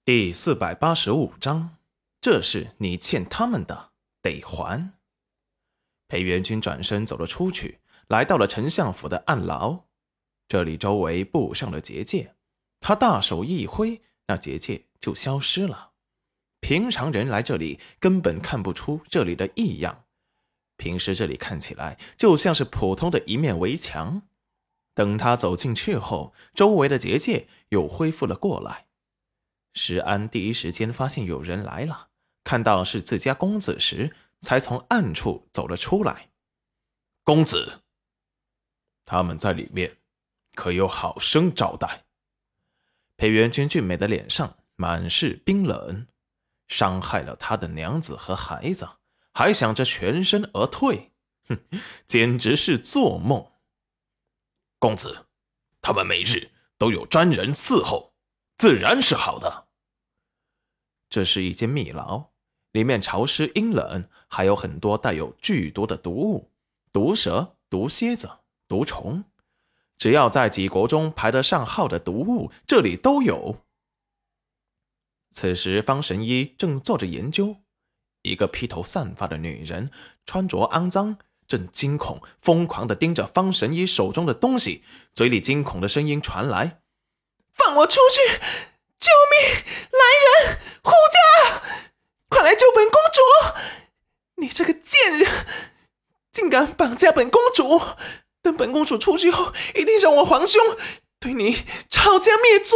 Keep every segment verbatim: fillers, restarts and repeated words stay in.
第四百八十五章，这是你欠他们的，得还。裴元君转身走了出去，来到了丞相府的暗牢。这里周围布上了结界，他大手一挥，那结界就消失了。平常人来这里根本看不出这里的异样，平时这里看起来就像是普通的一面围墙。等他走进去后，周围的结界又恢复了过来。石安第一时间发现有人来了，看到是自家公子时，才从暗处走了出来。 公子，他们在里面，可有好生招待？ 裴元君俊美的脸上满是冰冷，伤害了他的娘子和孩子，还想着全身而退，哼，简直是做梦。 公子，他们每日都有专人伺候，自然是好的。 这是一间密牢，里面潮湿阴冷，还有很多带有剧毒的毒物，毒蛇、毒蝎子、毒虫，只要在几国中排得上号的毒物，这里都有。此时方神医正坐着研究，一个披头散发的女人，穿着肮脏，正惊恐疯狂地盯着方神医手中的东西，嘴里惊恐的声音传来：放我出去，救命，来人，护驾，快来救本公主，你这个贱人，竟敢绑架本公主，等本公主出去后，一定让我皇兄对你抄家灭族。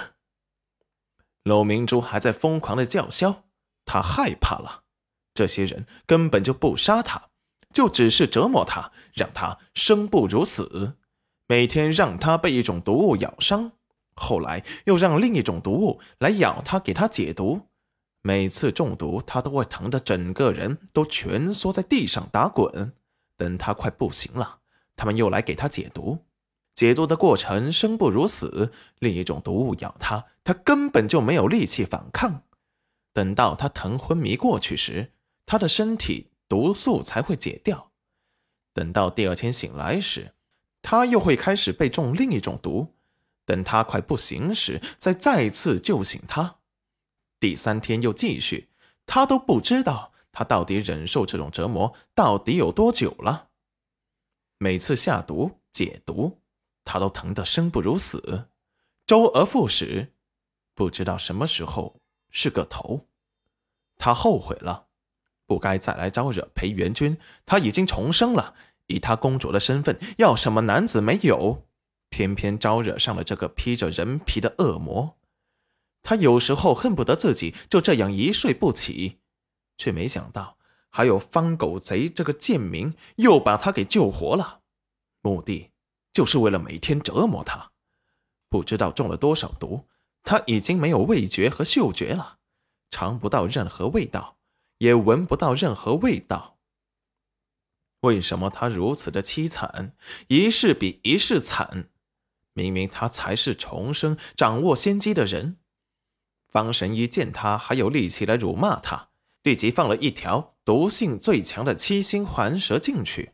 娄明珠还在疯狂的叫嚣，他害怕了，这些人根本就不杀他，就只是折磨他，让他生不如死，每天让他被一种毒物咬伤，后来又让另一种毒物来咬他，给他解毒，每次中毒他都会疼得整个人都蜷缩在地上打滚，等他快不行了，他们又来给他解毒，解毒的过程生不如死，另一种毒物咬他，他根本就没有力气反抗，等到他疼昏迷过去时，他的身体毒素才会解掉，等到第二天醒来时，他又会开始被中另一种毒，等他快不行时，再再次救醒他，第三天又继续，他都不知道他到底忍受这种折磨到底有多久了。每次下毒解毒，他都疼得生不如死，周而复始，不知道什么时候是个头。他后悔了，不该再来招惹裴元君，他已经重生了，以他公主的身份，要什么男子没有，偏偏招惹上了这个披着人皮的恶魔。他有时候恨不得自己就这样一睡不起，却没想到还有方狗贼这个贱民又把他给救活了，目的就是为了每天折磨他。不知道中了多少毒，他已经没有味觉和嗅觉了，尝不到任何味道，也闻不到任何味道。为什么他如此的凄惨，一世比一世惨？明明他才是重生掌握先机的人。方神医见他还有力气来辱骂他，立即放了一条毒性最强的七星环蛇进去。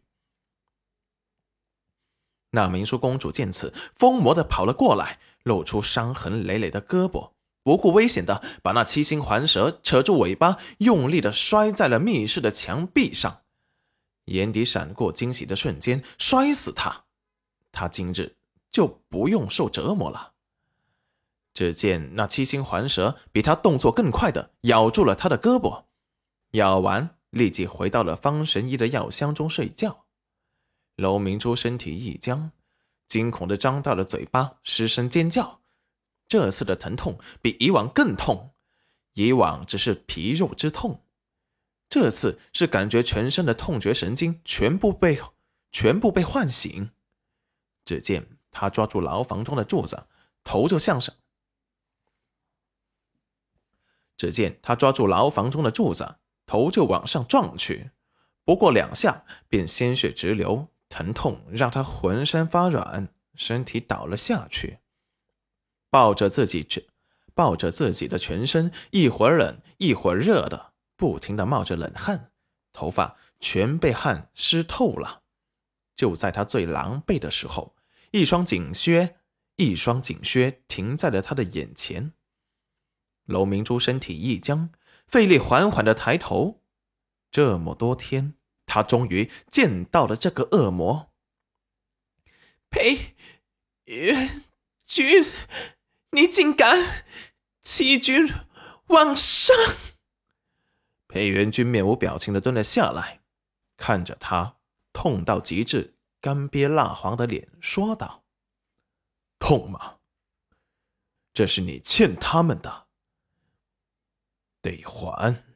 那明淑公主见此，疯魔的跑了过来，露出伤痕累累的胳膊，不顾危险的把那七星环蛇扯住尾巴，用力的摔在了密室的墙壁上。眼底闪过惊喜的瞬间，摔死他，他今日就不用受折磨了。只见那七星环蛇比他动作更快的咬住了他的胳膊，咬完立即回到了方神医的药箱中睡觉。娄明珠身体一僵，惊恐地张大了嘴巴，失声尖叫。这次的疼痛比以往更痛，以往只是皮肉之痛，这次是感觉全身的痛觉神经全部被全部被唤醒。只见他抓住牢房中的柱子，头就向上只见他抓住牢房中的柱子，头就往上撞去，不过两下便鲜血直流，疼痛让他浑身发软，身体倒了下去，抱着自己抱着自己的全身，一会儿冷一会儿热的，不停地冒着冷汗，头发全被汗湿透了。就在他最狼狈的时候，一双锦靴一双锦靴停在了他的眼前。 楼明珠身体一僵，费力缓缓地抬头。这么多天，他终于见到了这个恶魔。裴元君，你竟敢欺君罔上！裴元君面无表情地蹲了下来，看着他痛到极致、干瘪蜡黄的脸，说道：“痛吗？这是你欠他们的，得还。”